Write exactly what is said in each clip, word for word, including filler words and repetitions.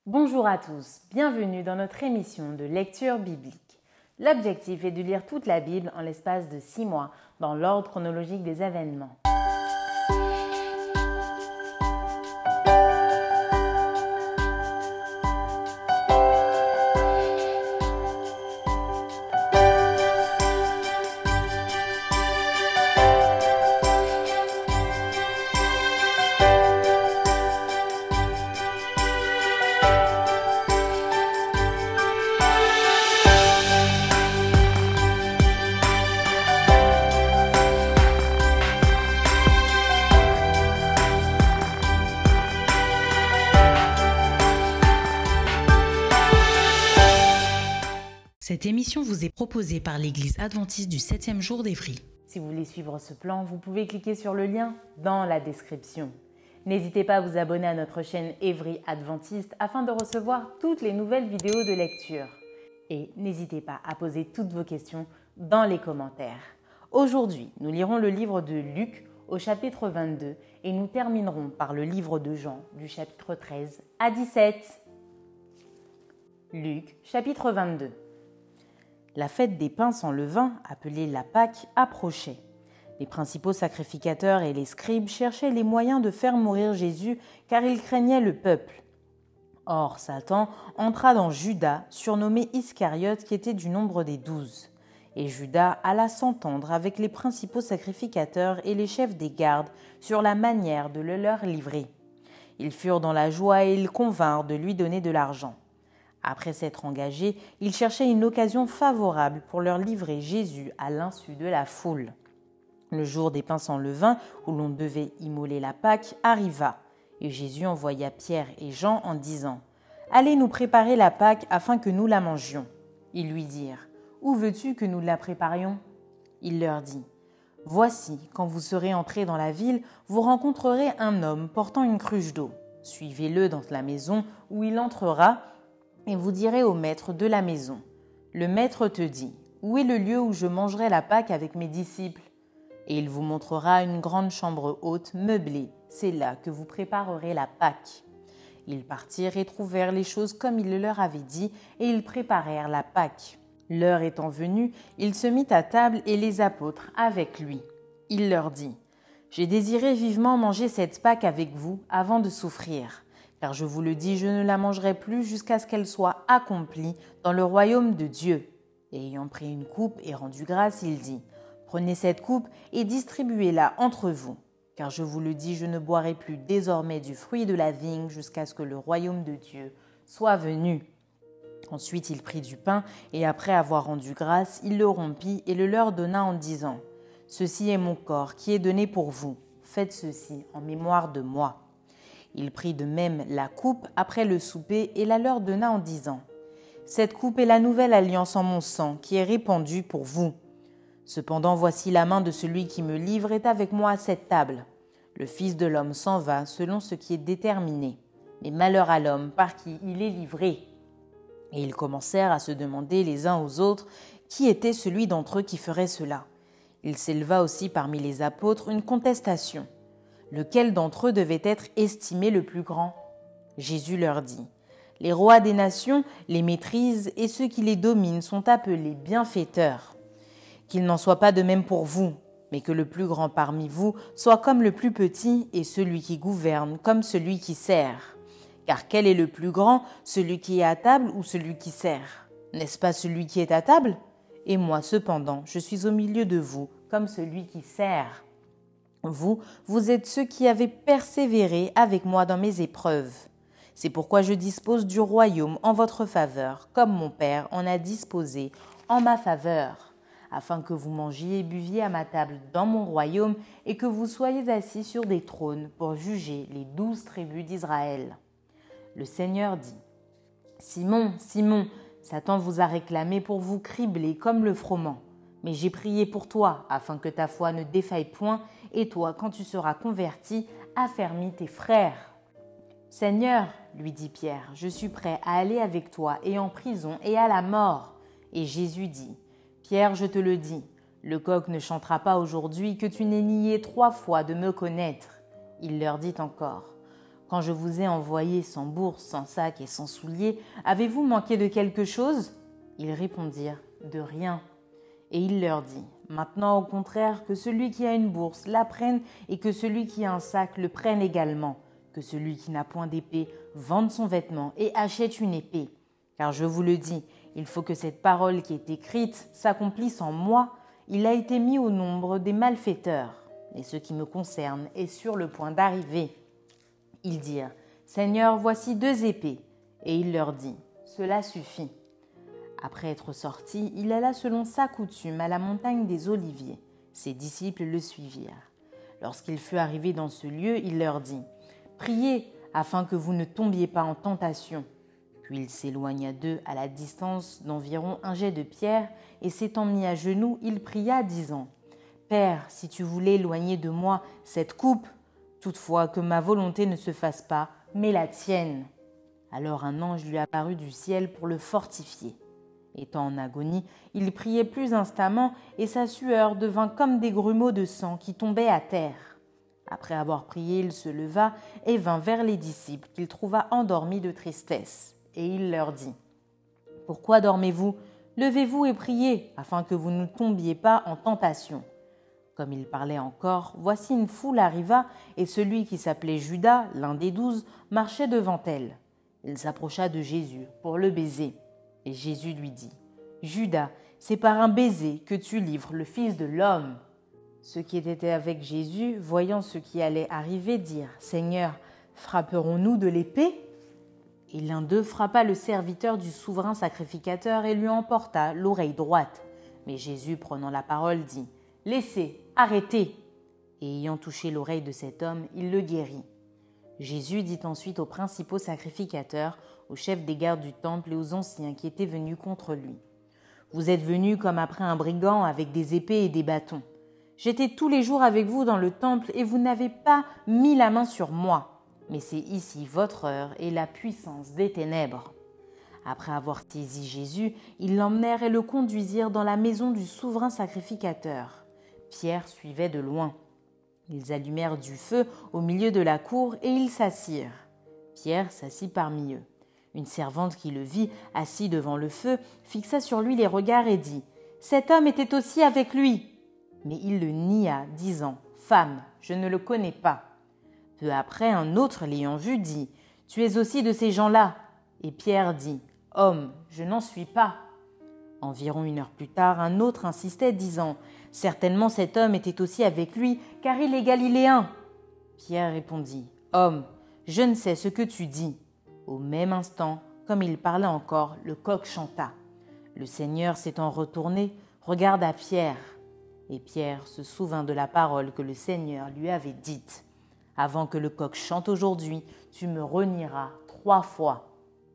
Bonjour à tous, bienvenue dans notre émission de lecture biblique. L'objectif est de lire toute la Bible en l'espace de six mois, dans l'ordre chronologique des événements. Cette émission vous est proposée par l'Église adventiste du septième jour d'Évry. Si vous voulez suivre ce plan, vous pouvez cliquer sur le lien dans la description. N'hésitez pas à vous abonner à notre chaîne Évry Adventiste afin de recevoir toutes les nouvelles vidéos de lecture. Et n'hésitez pas à poser toutes vos questions dans les commentaires. Aujourd'hui, nous lirons le livre de Luc au chapitre vingt-deux et nous terminerons par le livre de Jean du chapitre treize à dix-sept. Luc, chapitre vingt-deux. La fête des pains sans levain, appelée la Pâque, approchait. Les principaux sacrificateurs et les scribes cherchaient les moyens de faire mourir Jésus car ils craignaient le peuple. Or, Satan entra dans Judas, surnommé Iscariote, qui était du nombre des douze. Et Judas alla s'entendre avec les principaux sacrificateurs et les chefs des gardes sur la manière de le leur livrer. Ils furent dans la joie et ils convinrent de lui donner de l'argent. Après s'être engagés, ils cherchaient une occasion favorable pour leur livrer Jésus à l'insu de la foule. Le jour des pains sans levain, où l'on devait immoler la Pâque, arriva, et Jésus envoya Pierre et Jean en disant « Allez nous préparer la Pâque afin que nous la mangions. » Ils lui dirent « Où veux-tu que nous la préparions ?» Il leur dit « Voici, quand vous serez entrés dans la ville, vous rencontrerez un homme portant une cruche d'eau. Suivez-le dans la maison où il entrera, et vous direz au maître de la maison, « Le maître te dit, où est le lieu où je mangerai la Pâque avec mes disciples ?» Et il vous montrera une grande chambre haute, meublée. C'est là que vous préparerez la Pâque. Ils partirent et trouvèrent les choses comme il le leur avait dit, et ils préparèrent la Pâque. L'heure étant venue, il se mit à table et les apôtres avec lui. Il leur dit, « J'ai désiré vivement manger cette Pâque avec vous avant de souffrir. Car je vous le dis, je ne la mangerai plus jusqu'à ce qu'elle soit accomplie dans le royaume de Dieu. » Et ayant pris une coupe et rendu grâce, il dit, « Prenez cette coupe et distribuez-la entre vous. Car je vous le dis, je ne boirai plus désormais du fruit de la vigne jusqu'à ce que le royaume de Dieu soit venu. » Ensuite, il prit du pain et après avoir rendu grâce, il le rompit et le leur donna en disant, « Ceci est mon corps qui est donné pour vous. Faites ceci en mémoire de moi. » Il prit de même la coupe après le souper et la leur donna en disant, « Cette coupe est la nouvelle alliance en mon sang qui est répandue pour vous. Cependant, voici la main de celui qui me livre est avec moi à cette table. Le Fils de l'homme s'en va selon ce qui est déterminé, mais malheur à l'homme par qui il est livré. » Et ils commencèrent à se demander les uns aux autres qui était celui d'entre eux qui ferait cela. Il s'éleva aussi parmi les apôtres une contestation. Lequel d'entre eux devait être estimé le plus grand ? Jésus leur dit, « Les rois des nations les maîtrisent et ceux qui les dominent sont appelés bienfaiteurs. Qu'il n'en soit pas de même pour vous, mais que le plus grand parmi vous soit comme le plus petit et celui qui gouverne comme celui qui sert. Car quel est le plus grand, celui qui est à table ou celui qui sert ? N'est-ce pas celui qui est à table ? Et moi cependant, je suis au milieu de vous comme celui qui sert. Vous, vous êtes ceux qui avez persévéré avec moi dans mes épreuves. C'est pourquoi je dispose du royaume en votre faveur, comme mon Père en a disposé en ma faveur, afin que vous mangiez et buviez à ma table dans mon royaume et que vous soyez assis sur des trônes pour juger les douze tribus d'Israël. » Le Seigneur dit, « Simon, Simon, Satan vous a réclamé pour vous cribler comme le froment. Mais j'ai prié pour toi, afin que ta foi ne défaille point, et toi, quand tu seras converti, affermis tes frères. » « Seigneur, lui dit Pierre, je suis prêt à aller avec toi et en prison et à la mort. » Et Jésus dit, « Pierre, je te le dis, le coq ne chantera pas aujourd'hui que tu n'aies nié trois fois de me connaître. » Il leur dit encore, Quand je vous ai envoyé sans bourse, sans sac et sans souliers, avez-vous manqué de quelque chose ? Ils répondirent, de rien. Et il leur dit, maintenant au contraire, que celui qui a une bourse la prenne et que celui qui a un sac le prenne également, que celui qui n'a point d'épée vende son vêtement et achète une épée. Car je vous le dis, il faut que cette parole qui est écrite s'accomplisse en moi. Il a été mis au nombre des malfaiteurs, et ce qui me concerne est sur le point d'arriver. Ils dirent, Seigneur, voici deux épées. Et il leur dit, cela suffit. Après être sorti, il alla selon sa coutume à la montagne des Oliviers. Ses disciples le suivirent. Lorsqu'il fut arrivé dans ce lieu, il leur dit, priez afin que vous ne tombiez pas en tentation. Puis il s'éloigna d'eux à la distance d'environ un jet de pierre, et s'étant mis à genoux, il pria, disant, Père, si tu voulais éloigner de moi cette coupe, toutefois que ma volonté ne se fasse pas, mais la tienne. Alors un ange lui apparut du ciel pour le fortifier. Étant en agonie, il priait plus instamment, et sa sueur devint comme des grumeaux de sang qui tombaient à terre. Après avoir prié, il se leva et vint vers les disciples qu'il trouva endormis de tristesse. Et il leur dit, « Pourquoi dormez-vous ? Levez-vous et priez, afin que vous ne tombiez pas en tentation. » Comme il parlait encore, voici une foule arriva, et celui qui s'appelait Judas, l'un des douze, marchait devant elle. Il s'approcha de Jésus pour le baiser. Et Jésus lui dit, « Judas, c'est par un baiser que tu livres le Fils de l'homme. » Ceux qui étaient avec Jésus, voyant ce qui allait arriver, dirent, « Seigneur, frapperons-nous de l'épée ?» Et l'un d'eux frappa le serviteur du souverain sacrificateur et lui emporta l'oreille droite. Mais Jésus, prenant la parole, dit, « Laissez, arrêtez !» Et ayant touché l'oreille de cet homme, il le guérit. Jésus dit ensuite aux principaux sacrificateurs, aux chefs des gardes du temple et aux anciens qui étaient venus contre lui. « Vous êtes venus comme après un brigand avec des épées et des bâtons. J'étais tous les jours avec vous dans le temple et vous n'avez pas mis la main sur moi. Mais c'est ici votre heure et la puissance des ténèbres. » Après avoir saisi Jésus, ils l'emmenèrent et le conduisirent dans la maison du souverain sacrificateur. Pierre suivait de loin. Ils allumèrent du feu au milieu de la cour et ils s'assirent. Pierre s'assit parmi eux. Une servante qui le vit assis devant le feu fixa sur lui les regards et dit, « Cet homme était aussi avec lui. » Mais il le nia, disant, « Femme, je ne le connais pas. » Peu après, un autre l'ayant vu dit, « Tu es aussi de ces gens-là. » Et Pierre dit, « Homme, je n'en suis pas. » Environ une heure plus tard, un autre insistait, disant, « Certainement cet homme était aussi avec lui, car il est galiléen. » Pierre répondit, « Homme, je ne sais ce que tu dis. » Au même instant, comme il parlait encore, le coq chanta. Le Seigneur s'étant retourné, regarda Pierre. Et Pierre se souvint de la parole que le Seigneur lui avait dite. « Avant que le coq chante aujourd'hui, tu me renieras trois fois. »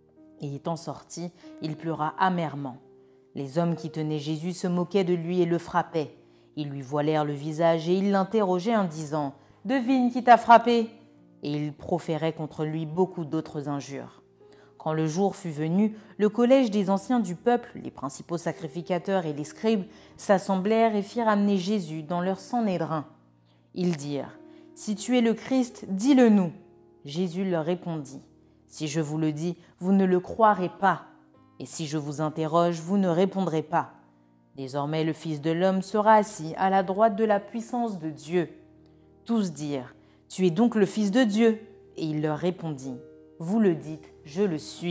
Et étant sorti, il pleura amèrement. Les hommes qui tenaient Jésus se moquaient de lui et le frappaient. Ils lui voilèrent le visage et ils l'interrogeaient en disant « Devine qui t'a frappé ?» Et ils proféraient contre lui beaucoup d'autres injures. Quand le jour fut venu, le collège des anciens du peuple, les principaux sacrificateurs et les scribes, s'assemblèrent et firent amener Jésus dans leur sanhédrin. Ils dirent « Si tu es le Christ, dis-le-nous. » Jésus leur répondit « Si je vous le dis, vous ne le croirez pas. Et si je vous interroge, vous ne répondrez pas. Désormais, le Fils de l'homme sera assis à la droite de la puissance de Dieu. » Tous dirent « Tu es donc le Fils de Dieu ?» Et il leur répondit « Vous le dites, je le suis. »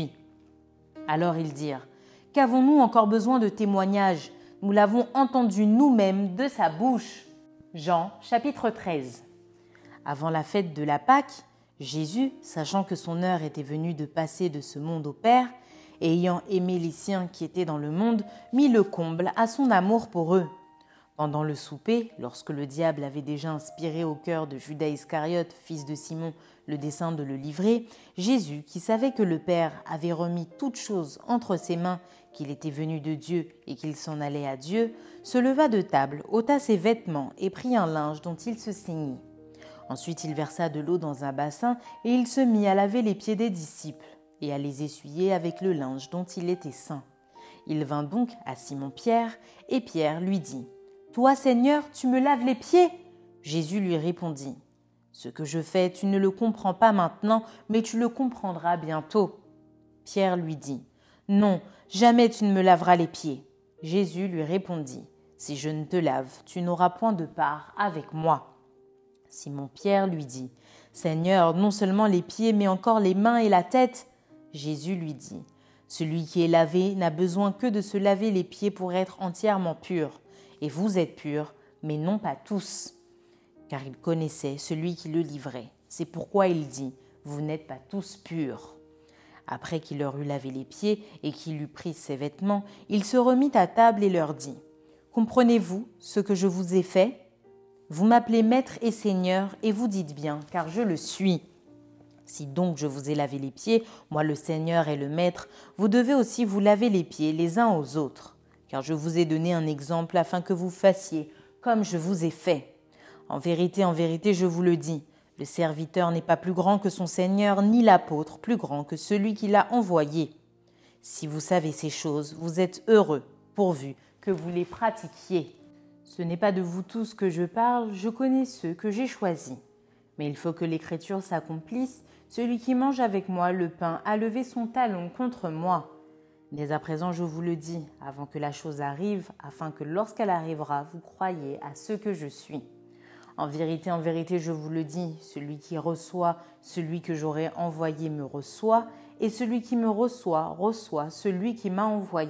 Alors ils dirent « Qu'avons-nous encore besoin de témoignages ? Nous l'avons entendu nous-mêmes de sa bouche. » Jean chapitre treize. Avant la fête de la Pâque, Jésus, sachant que son heure était venue de passer de ce monde au Père, et ayant aimé les siens qui étaient dans le monde, mit le comble à son amour pour eux. Pendant le souper, lorsque le diable avait déjà inspiré au cœur de Judas Iscariote, fils de Simon, le dessein de le livrer, Jésus, qui savait que le Père avait remis toutes choses entre ses mains, qu'il était venu de Dieu et qu'il s'en allait à Dieu, se leva de table, ôta ses vêtements et prit un linge dont il se ceignit. Ensuite il versa de l'eau dans un bassin et il se mit à laver les pieds des disciples et à les essuyer avec le linge dont il était ceint. Il vint donc à Simon-Pierre et Pierre lui dit « Toi, Seigneur, tu me laves les pieds ?» Jésus lui répondit « Ce que je fais, tu ne le comprends pas maintenant, mais tu le comprendras bientôt. » Pierre lui dit, « Non, jamais tu ne me laveras les pieds. » Jésus lui répondit, « Si je ne te lave, tu n'auras point de part avec moi. » Simon-Pierre lui dit, « Seigneur, non seulement les pieds, mais encore les mains et la tête. » Jésus lui dit, « Celui qui est lavé n'a besoin que de se laver les pieds pour être entièrement pur. Et vous êtes purs, mais non pas tous. » Car il connaissait celui qui le livrait. C'est pourquoi il dit, « Vous n'êtes pas tous purs. » Après qu'il leur eut lavé les pieds et qu'il eut pris ses vêtements, il se remit à table et leur dit, « Comprenez-vous ce que je vous ai fait ? Vous m'appelez maître et seigneur, et vous dites bien, car je le suis. Si donc je vous ai lavé les pieds, moi le Seigneur et le Maître, vous devez aussi vous laver les pieds les uns aux autres, car je vous ai donné un exemple afin que vous fassiez comme je vous ai fait. En vérité, en vérité, je vous le dis, le serviteur n'est pas plus grand que son Seigneur, ni l'apôtre plus grand que celui qui l'a envoyé. Si vous savez ces choses, vous êtes heureux, pourvu que vous les pratiquiez. Ce n'est pas de vous tous que je parle, je connais ceux que j'ai choisis. Mais il faut que l'Écriture s'accomplisse, celui qui mange avec moi le pain a levé son talon contre moi. Dès à présent, je vous le dis, avant que la chose arrive, afin que lorsqu'elle arrivera, vous croyiez à ce que je suis. En vérité, en vérité, je vous le dis, celui qui reçoit celui que j'aurai envoyé me reçoit, et celui qui me reçoit reçoit celui qui m'a envoyé. »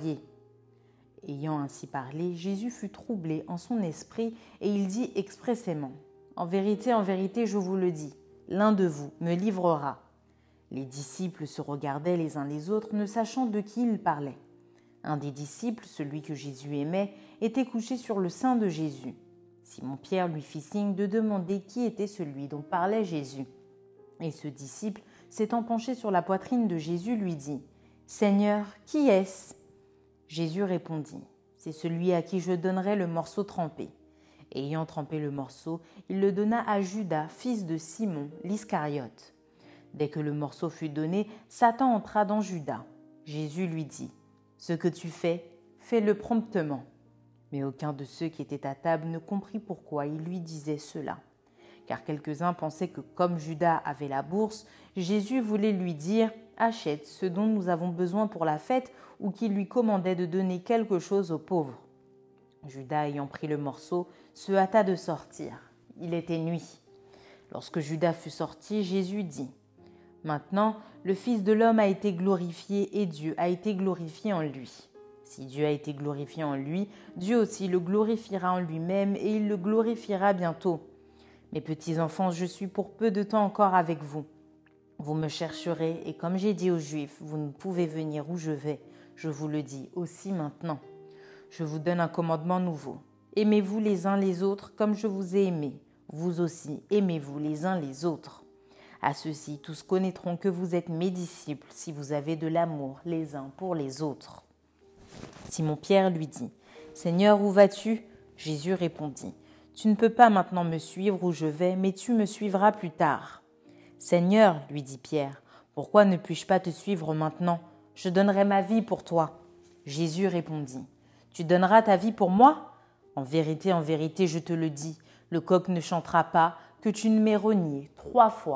Ayant ainsi parlé, Jésus fut troublé en son esprit, et il dit expressément, « En vérité, en vérité, je vous le dis, l'un de vous me livrera. » Les disciples se regardaient les uns les autres, ne sachant de qui ils parlaient. Un des disciples, celui que Jésus aimait, était couché sur le sein de Jésus. Simon-Pierre lui fit signe de demander qui était celui dont parlait Jésus. Et ce disciple, s'étant penché sur la poitrine de Jésus, lui dit, « Seigneur, qui est-ce » Jésus répondit, « C'est celui à qui je donnerai le morceau trempé. » Et ayant trempé le morceau, il le donna à Judas, fils de Simon, l'Iscariote. Dès que le morceau fut donné, Satan entra dans Judas. Jésus lui dit, « Ce que tu fais, fais-le promptement. » Mais aucun de ceux qui étaient à table ne comprit pourquoi il lui disait cela. Car quelques-uns pensaient que comme Judas avait la bourse, Jésus voulait lui dire « Achète ce dont nous avons besoin pour la fête » ou qu'il lui commandait de donner quelque chose aux pauvres. Judas, ayant pris le morceau, se hâta de sortir. Il était nuit. Lorsque Judas fut sorti, Jésus dit, « Maintenant, le Fils de l'homme a été glorifié et Dieu a été glorifié en lui. Si Dieu a été glorifié en lui, Dieu aussi le glorifiera en lui-même et il le glorifiera bientôt. Mes petits enfants, je suis pour peu de temps encore avec vous. Vous me chercherez et comme j'ai dit aux Juifs, vous ne pouvez venir où je vais. Je vous le dis aussi maintenant. Je vous donne un commandement nouveau. Aimez-vous les uns les autres comme je vous ai aimés. Vous aussi, aimez-vous les uns les autres. À ceux-ci, tous connaîtront que vous êtes mes disciples si vous avez de l'amour les uns pour les autres. » Simon-Pierre lui dit, « Seigneur, où vas-tu » Jésus répondit, « Tu ne peux pas maintenant me suivre où je vais, mais tu me suivras plus tard. »« Seigneur, lui dit Pierre, pourquoi ne puis-je pas te suivre maintenant ? Je donnerai ma vie pour toi. » Jésus répondit, « Tu donneras ta vie pour moi ? En vérité, en vérité, je te le dis, le coq ne chantera pas que tu ne m'aies renié trois fois. »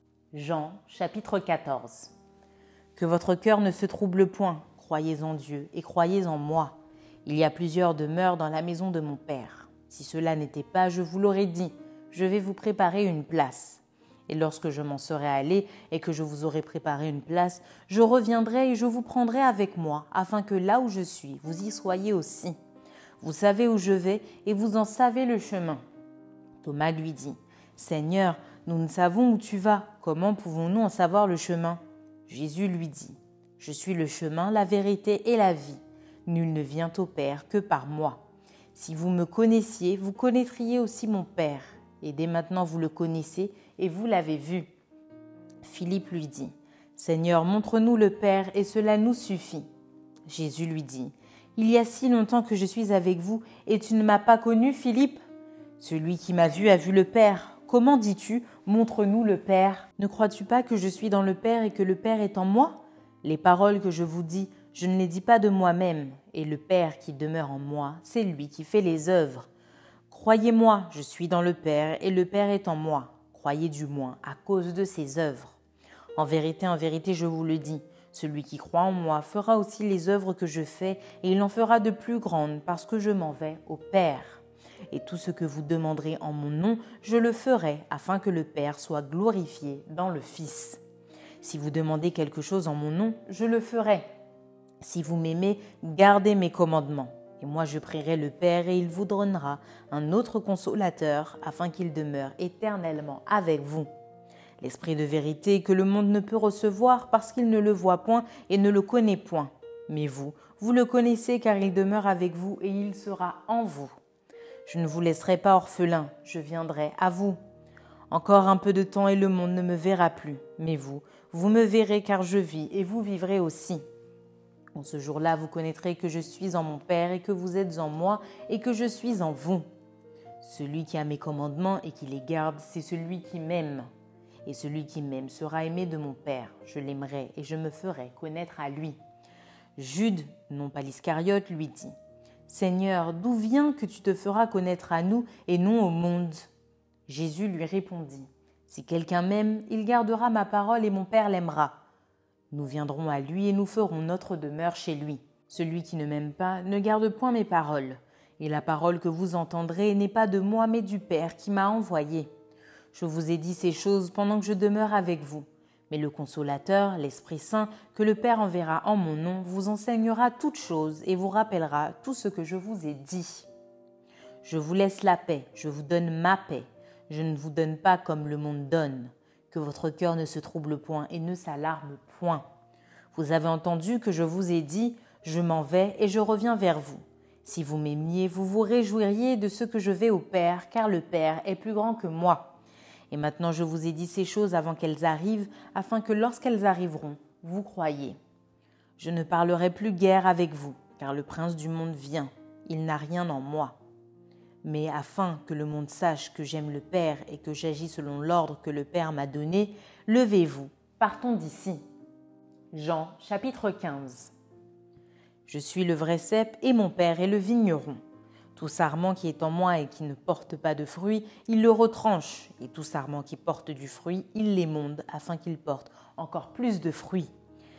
Jean, chapitre quatorze. Que votre cœur ne se trouble point, croyez en Dieu et croyez en moi. Il y a plusieurs demeures dans la maison de mon Père. Si cela n'était pas, je vous l'aurais dit, je vais vous préparer une place. Et lorsque je m'en serai allé et que je vous aurai préparé une place, je reviendrai et je vous prendrai avec moi, afin que là où je suis, vous y soyez aussi. Vous savez où je vais et vous en savez le chemin. Thomas lui dit, « Seigneur, nous ne savons où tu vas, comment pouvons-nous en savoir le chemin ?» Jésus lui dit, « Je suis le chemin, la vérité et la vie. Nul ne vient au Père que par moi. Si vous me connaissiez, vous connaîtriez aussi mon Père. Et dès maintenant vous le connaissez et vous l'avez vu. » Philippe lui dit, « Seigneur, montre-nous le Père et cela nous suffit. » Jésus lui dit, « Il y a si longtemps que je suis avec vous et tu ne m'as pas connu, Philippe ? Celui qui m'a vu a vu le Père. Comment dis-tu, montre-nous le Père ? Ne crois-tu pas que je suis dans le Père et que le Père est en moi ? Les paroles que je vous dis, je ne les dis pas de moi-même, et le Père qui demeure en moi, c'est lui qui fait les œuvres. Croyez-moi, je suis dans le Père et le Père est en moi. Croyez du moins à cause de ses œuvres. En vérité, en vérité, je vous le dis, celui qui croit en moi fera aussi les œuvres que je fais, et il en fera de plus grandes, parce que je m'en vais au Père. Et tout ce que vous demanderez en mon nom, je le ferai, afin que le Père soit glorifié dans le Fils. Si vous demandez quelque chose en mon nom, je le ferai. Si vous m'aimez, gardez mes commandements. Et moi je prierai le Père, et il vous donnera un autre consolateur, afin qu'il demeure éternellement avec vous. L'Esprit de vérité que le monde ne peut recevoir parce qu'il ne le voit point et ne le connaît point. Mais vous, vous le connaissez car il demeure avec vous et il sera en vous. Je ne vous laisserai pas orphelin, je viendrai à vous. Encore un peu de temps et le monde ne me verra plus. Mais vous, vous me verrez car je vis et vous vivrez aussi. En ce jour-là, vous connaîtrez que je suis en mon Père et que vous êtes en moi et que je suis en vous. Celui qui a mes commandements et qui les garde, c'est celui qui m'aime. Et celui qui m'aime sera aimé de mon Père. Je l'aimerai et je me ferai connaître à lui. Jude, non pas l'Iscariote, lui dit « Seigneur, d'où vient que tu te feras connaître à nous et non au monde ?» Jésus lui répondit « Si quelqu'un m'aime, il gardera ma parole et mon Père l'aimera. Nous viendrons à lui et nous ferons notre demeure chez lui. Celui qui ne m'aime pas ne garde point mes paroles. Et la parole que vous entendrez n'est pas de moi mais du Père qui m'a envoyé. Je vous ai dit ces choses pendant que je demeure avec vous. Mais le Consolateur, l'Esprit Saint, que le Père enverra en mon nom, vous enseignera toutes choses et vous rappellera tout ce que je vous ai dit. Je vous laisse la paix, je vous donne ma paix. Je ne vous donne pas comme le monde donne. Que votre cœur ne se trouble point et ne s'alarme point. Vous avez entendu que je vous ai dit, je m'en vais et je reviens vers vous. Si vous m'aimiez, vous vous réjouiriez de ce que je vais au Père, car le Père est plus grand que moi. Et maintenant je vous ai dit ces choses avant qu'elles arrivent, afin que lorsqu'elles arriveront, vous croyiez. Je ne parlerai plus guère avec vous, car le prince du monde vient, il n'a rien en moi. Mais afin que le monde sache que j'aime le Père et que j'agis selon l'ordre que le Père m'a donné, levez-vous, partons d'ici. Jean chapitre quinze. Je suis le vrai cep et mon Père est le vigneron. Tout sarment qui est en moi et qui ne porte pas de fruit, il le retranche, et tout sarment qui porte du fruit, il l'émonde, afin qu'il porte encore plus de fruits.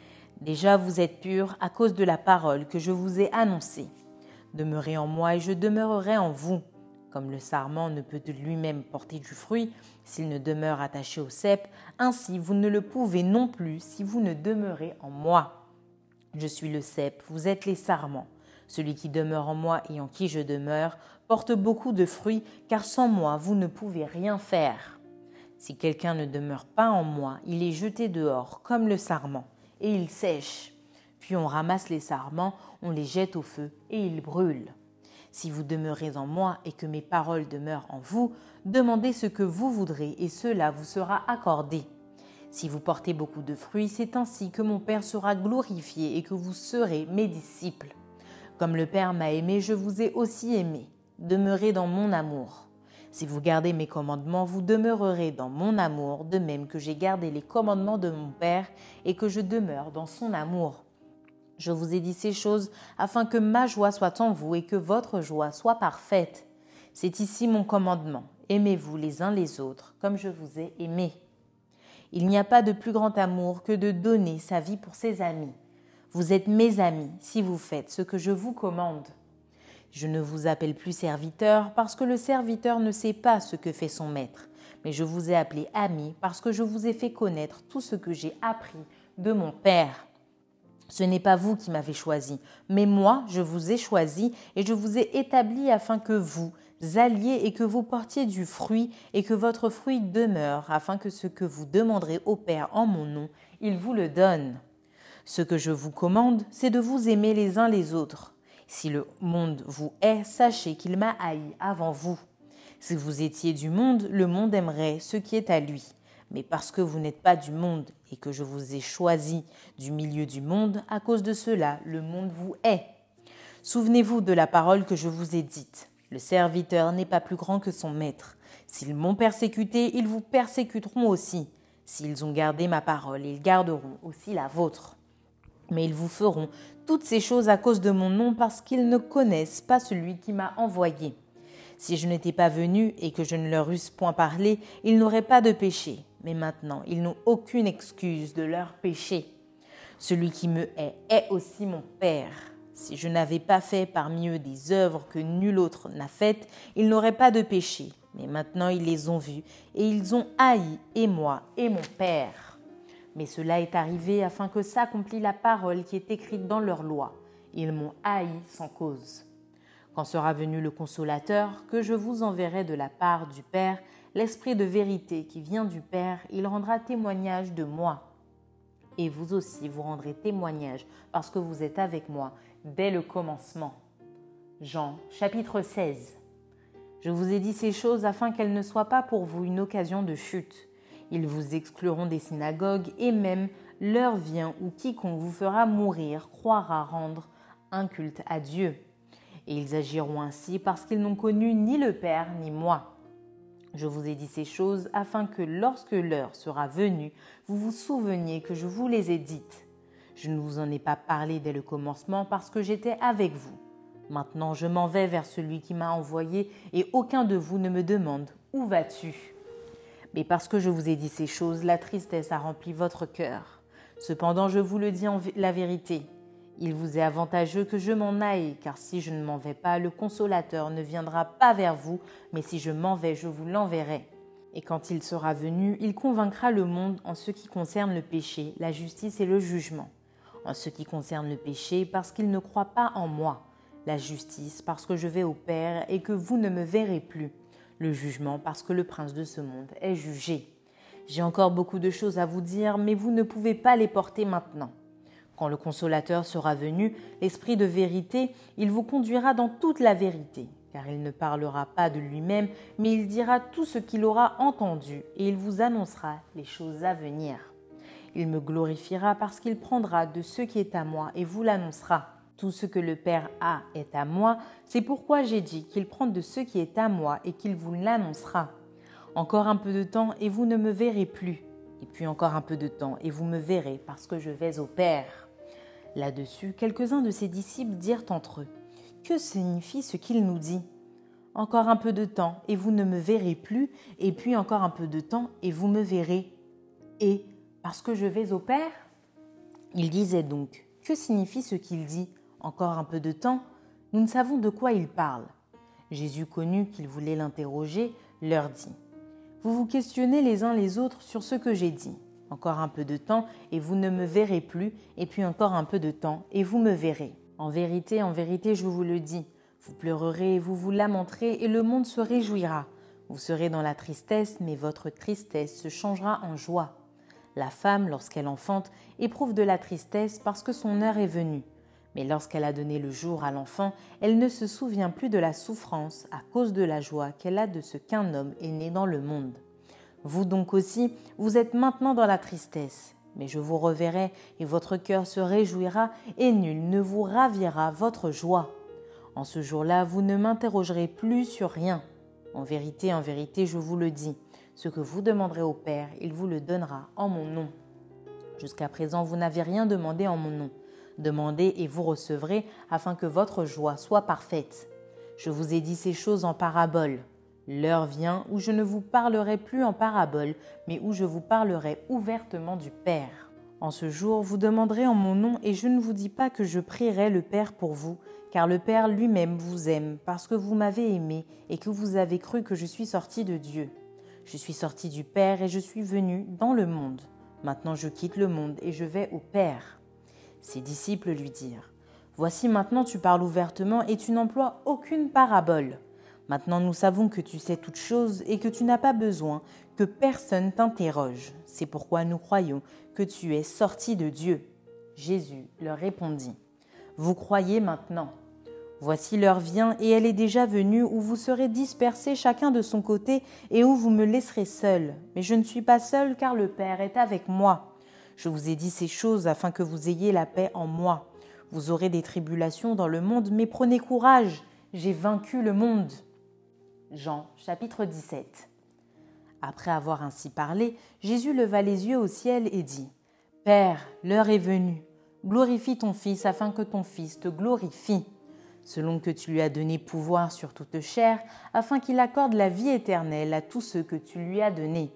Déjà vous êtes purs à cause de la parole que je vous ai annoncée. Demeurez en moi et je demeurerai en vous. Comme le sarment ne peut de lui-même porter du fruit s'il ne demeure attaché au cep, ainsi vous ne le pouvez non plus si vous ne demeurez en moi. Je suis le cep, vous êtes les sarments. Celui qui demeure en moi et en qui je demeure porte beaucoup de fruits, car sans moi vous ne pouvez rien faire. Si quelqu'un ne demeure pas en moi, il est jeté dehors comme le sarment, et il sèche. Puis on ramasse les sarments, on les jette au feu, et ils brûlent. Si vous demeurez en moi et que mes paroles demeurent en vous, demandez ce que vous voudrez, et cela vous sera accordé. Si vous portez beaucoup de fruits, c'est ainsi que mon Père sera glorifié et que vous serez mes disciples. Comme le Père m'a aimé, je vous ai aussi aimé. Demeurez dans mon amour. Si vous gardez mes commandements, vous demeurerez dans mon amour, de même que j'ai gardé les commandements de mon Père et que je demeure dans son amour. Je vous ai dit ces choses afin que ma joie soit en vous et que votre joie soit parfaite. C'est ici mon commandement. Aimez-vous les uns les autres comme je vous ai aimés. Il n'y a pas de plus grand amour que de donner sa vie pour ses amis. Vous êtes mes amis si vous faites ce que je vous commande. Je ne vous appelle plus serviteur parce que le serviteur ne sait pas ce que fait son maître, mais je vous ai appelé ami parce que je vous ai fait connaître tout ce que j'ai appris de mon Père. Ce n'est pas vous qui m'avez choisi, mais moi je vous ai choisi et je vous ai établi afin que vous alliez et que vous portiez du fruit et que votre fruit demeure, afin que ce que vous demanderez au Père en mon nom, il vous le donne. Ce que je vous commande, c'est de vous aimer les uns les autres. Si le monde vous hait, sachez qu'il m'a haï avant vous. Si vous étiez du monde, le monde aimerait ce qui est à lui. Mais parce que vous n'êtes pas du monde et que je vous ai choisi du milieu du monde, à cause de cela, le monde vous hait. Souvenez-vous de la parole que je vous ai dite. Le serviteur n'est pas plus grand que son maître. S'ils m'ont persécuté, ils vous persécuteront aussi. S'ils ont gardé ma parole, ils garderont aussi la vôtre. Mais ils vous feront toutes ces choses à cause de mon nom parce qu'ils ne connaissent pas celui qui m'a envoyé. Si je n'étais pas venu et que je ne leur eusse point parlé, ils n'auraient pas de péché. Mais maintenant, ils n'ont aucune excuse de leur péché. Celui qui me hait est aussi mon Père. Si je n'avais pas fait parmi eux des œuvres que nul autre n'a faites, ils n'auraient pas de péché. Mais maintenant, ils les ont vus et ils ont haï, et moi, et mon Père. Mais cela est arrivé afin que s'accomplisse la parole qui est écrite dans leur loi. Ils m'ont haï sans cause. Quand sera venu le Consolateur, que je vous enverrai de la part du Père, l'Esprit de vérité qui vient du Père, il rendra témoignage de moi. Et vous aussi, vous rendrez témoignage parce que vous êtes avec moi dès le commencement. Jean, chapitre seize. Je vous ai dit ces choses afin qu'elles ne soient pas pour vous une occasion de chute. Ils vous excluront des synagogues et même l'heure vient où quiconque vous fera mourir croira rendre un culte à Dieu. Et ils agiront ainsi parce qu'ils n'ont connu ni le Père ni moi. Je vous ai dit ces choses afin que lorsque l'heure sera venue, vous vous souveniez que je vous les ai dites. Je ne vous en ai pas parlé dès le commencement parce que j'étais avec vous. Maintenant, je m'en vais vers celui qui m'a envoyé et aucun de vous ne me demande « Où vas-tu » Mais parce que je vous ai dit ces choses, la tristesse a rempli votre cœur. Cependant, je vous le dis en la vérité. Il vous est avantageux que je m'en aille, car si je ne m'en vais pas, le Consolateur ne viendra pas vers vous, mais si je m'en vais, je vous l'enverrai. Et quand il sera venu, il convaincra le monde en ce qui concerne le péché, la justice et le jugement. En ce qui concerne le péché, parce qu'il ne croit pas en moi. La justice, parce que je vais au Père et que vous ne me verrez plus. Le jugement, parce que le prince de ce monde est jugé. J'ai encore beaucoup de choses à vous dire, mais vous ne pouvez pas les porter maintenant. Quand le Consolateur sera venu, l'Esprit de vérité, il vous conduira dans toute la vérité, car il ne parlera pas de lui-même, mais il dira tout ce qu'il aura entendu, et il vous annoncera les choses à venir. Il me glorifiera parce qu'il prendra de ce qui est à moi et vous l'annoncera. Tout ce que le Père a est à moi, c'est pourquoi j'ai dit qu'il prend de ce qui est à moi et qu'il vous l'annoncera. Encore un peu de temps et vous ne me verrez plus, et puis encore un peu de temps et vous me verrez parce que je vais au Père. Là-dessus, quelques-uns de ses disciples dirent entre eux, « Que signifie ce qu'il nous dit ? Encore un peu de temps et vous ne me verrez plus, et puis encore un peu de temps et vous me verrez. Et parce que je vais au Père ?» Il disait donc, « Que signifie ce qu'il dit ? Encore un peu de temps ? Nous ne savons de quoi il parle. » Jésus connut qu'il voulait l'interroger, leur dit, « Vous vous questionnez les uns les autres sur ce que j'ai dit. Encore un peu de temps et vous ne me verrez plus, et puis encore un peu de temps et vous me verrez. En vérité, en vérité, je vous le dis, vous pleurerez et vous vous lamenterez et le monde se réjouira. Vous serez dans la tristesse, mais votre tristesse se changera en joie. La femme, lorsqu'elle enfante, éprouve de la tristesse parce que son heure est venue. Mais lorsqu'elle a donné le jour à l'enfant, elle ne se souvient plus de la souffrance à cause de la joie qu'elle a de ce qu'un homme est né dans le monde. Vous donc aussi, vous êtes maintenant dans la tristesse, mais je vous reverrai et votre cœur se réjouira et nul ne vous ravira votre joie. En ce jour-là, vous ne m'interrogerez plus sur rien. En vérité, en vérité, je vous le dis, ce que vous demanderez au Père, il vous le donnera en mon nom. Jusqu'à présent, vous n'avez rien demandé en mon nom. Demandez et vous recevrez, afin que votre joie soit parfaite. Je vous ai dit ces choses en parabole. L'heure vient où je ne vous parlerai plus en parabole, mais où je vous parlerai ouvertement du Père. En ce jour, vous demanderez en mon nom, et je ne vous dis pas que je prierai le Père pour vous, car le Père lui-même vous aime, parce que vous m'avez aimé et que vous avez cru que je suis sorti de Dieu. Je suis sorti du Père et je suis venu dans le monde. Maintenant je quitte le monde et je vais au Père. » Ses disciples lui dirent, « Voici maintenant tu parles ouvertement et tu n'emploies aucune parabole. Maintenant nous savons que tu sais toutes choses et que tu n'as pas besoin que personne t'interroge. C'est pourquoi nous croyons que tu es sorti de Dieu. » Jésus leur répondit, « Vous croyez maintenant ? Voici l'heure vient et elle est déjà venue où vous serez dispersés chacun de son côté et où vous me laisserez seul. Mais je ne suis pas seul car le Père est avec moi. Je vous ai dit ces choses afin que vous ayez la paix en moi. Vous aurez des tribulations dans le monde, mais prenez courage, j'ai vaincu le monde. » Jean, chapitre dix-sept. Après avoir ainsi parlé, Jésus leva les yeux au ciel et dit, « Père, l'heure est venue. Glorifie ton Fils afin que ton Fils te glorifie. selon que tu lui as donné pouvoir sur toute chair, afin qu'il accorde la vie éternelle à tous ceux que tu lui as donnés.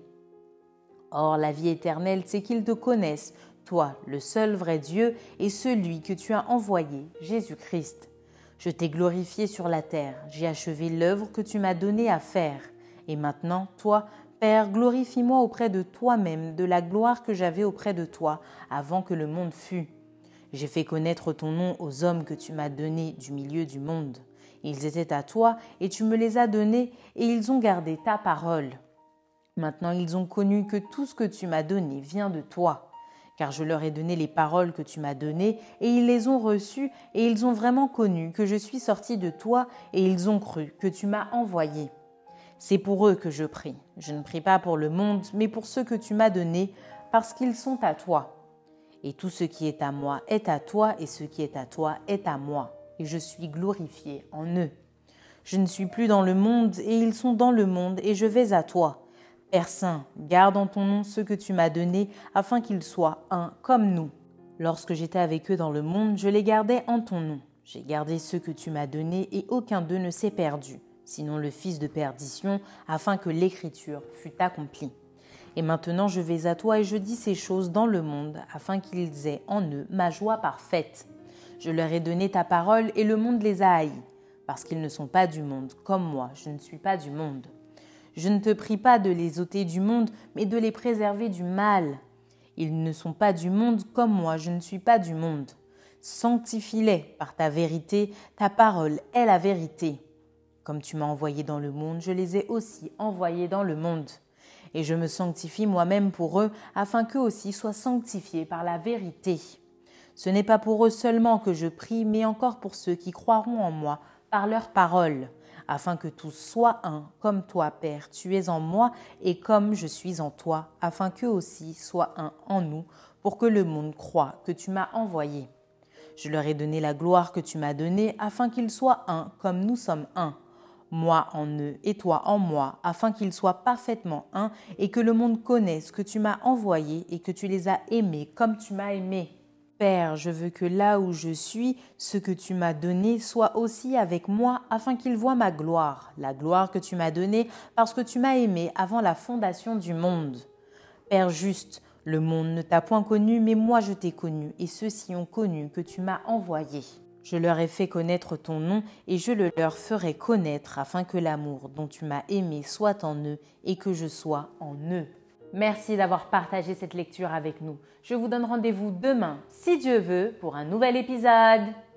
Or, la vie éternelle, c'est qu'ils te connaissent, toi, le seul vrai Dieu, et celui que tu as envoyé, Jésus-Christ. Je t'ai glorifié sur la terre, j'ai achevé l'œuvre que tu m'as donnée à faire. Et maintenant, toi, Père, glorifie-moi auprès de toi-même de la gloire que j'avais auprès de toi avant que le monde fût. J'ai fait connaître ton nom aux hommes que tu m'as donnés du milieu du monde. Ils étaient à toi et tu me les as donnés et ils ont gardé ta parole. Maintenant ils ont connu que tout ce que tu m'as donné vient de toi. Car je leur ai donné les paroles que tu m'as données et ils les ont reçues et ils ont vraiment connu que je suis sorti de toi et ils ont cru que tu m'as envoyé. C'est pour eux que je prie. Je ne prie pas pour le monde, mais pour ceux que tu m'as donnés, parce qu'ils sont à toi. Et tout ce qui est à moi est à toi, et ce qui est à toi est à moi. Et je suis glorifié en eux. Je ne suis plus dans le monde, et ils sont dans le monde, et je vais à toi. Père Saint, garde en ton nom ceux que tu m'as donnés, afin qu'ils soient un comme nous. Lorsque j'étais avec eux dans le monde, je les gardais en ton nom. J'ai gardé ceux que tu m'as donnés, et aucun d'eux ne s'est perdu, sinon le fils de perdition, afin que l'écriture fût accomplie. Et maintenant je vais à toi et je dis ces choses dans le monde, afin qu'ils aient en eux ma joie parfaite. Je leur ai donné ta parole et le monde les a haïs, parce qu'ils ne sont pas du monde, comme moi, je ne suis pas du monde. Je ne te prie pas de les ôter du monde, mais de les préserver du mal. Ils ne sont pas du monde, comme moi, je ne suis pas du monde. Sanctifie-les par ta vérité, ta parole est la vérité. Comme tu m'as envoyé dans le monde, je les ai aussi envoyés dans le monde. Et je me sanctifie moi-même pour eux, afin qu'eux aussi soient sanctifiés par la vérité. Ce n'est pas pour eux seulement que je prie, mais encore pour ceux qui croiront en moi par leur parole, afin que tous soient un, comme toi, Père, tu es en moi, et comme je suis en toi, afin qu'eux aussi soient un en nous, pour que le monde croie que tu m'as envoyé. Je leur ai donné la gloire que tu m'as donnée, afin qu'ils soient un, comme nous sommes un. Moi en eux et toi en moi, afin qu'ils soient parfaitement un et que le monde connaisse que tu m'as envoyé et que tu les as aimés comme tu m'as aimé. Père, je veux que là où je suis, ce que tu m'as donné soit aussi avec moi, afin qu'ils voient ma gloire, la gloire que tu m'as donnée parce que tu m'as aimé avant la fondation du monde. Père juste, le monde ne t'a point connu, mais moi je t'ai connu, et ceux-ci ont connu que tu m'as envoyé. Je leur ai fait connaître ton nom et je le leur ferai connaître afin que l'amour dont tu m'as aimé soit en eux et que je sois en eux. Merci d'avoir partagé cette lecture avec nous. Je vous donne rendez-vous demain, si Dieu veut, pour un nouvel épisode.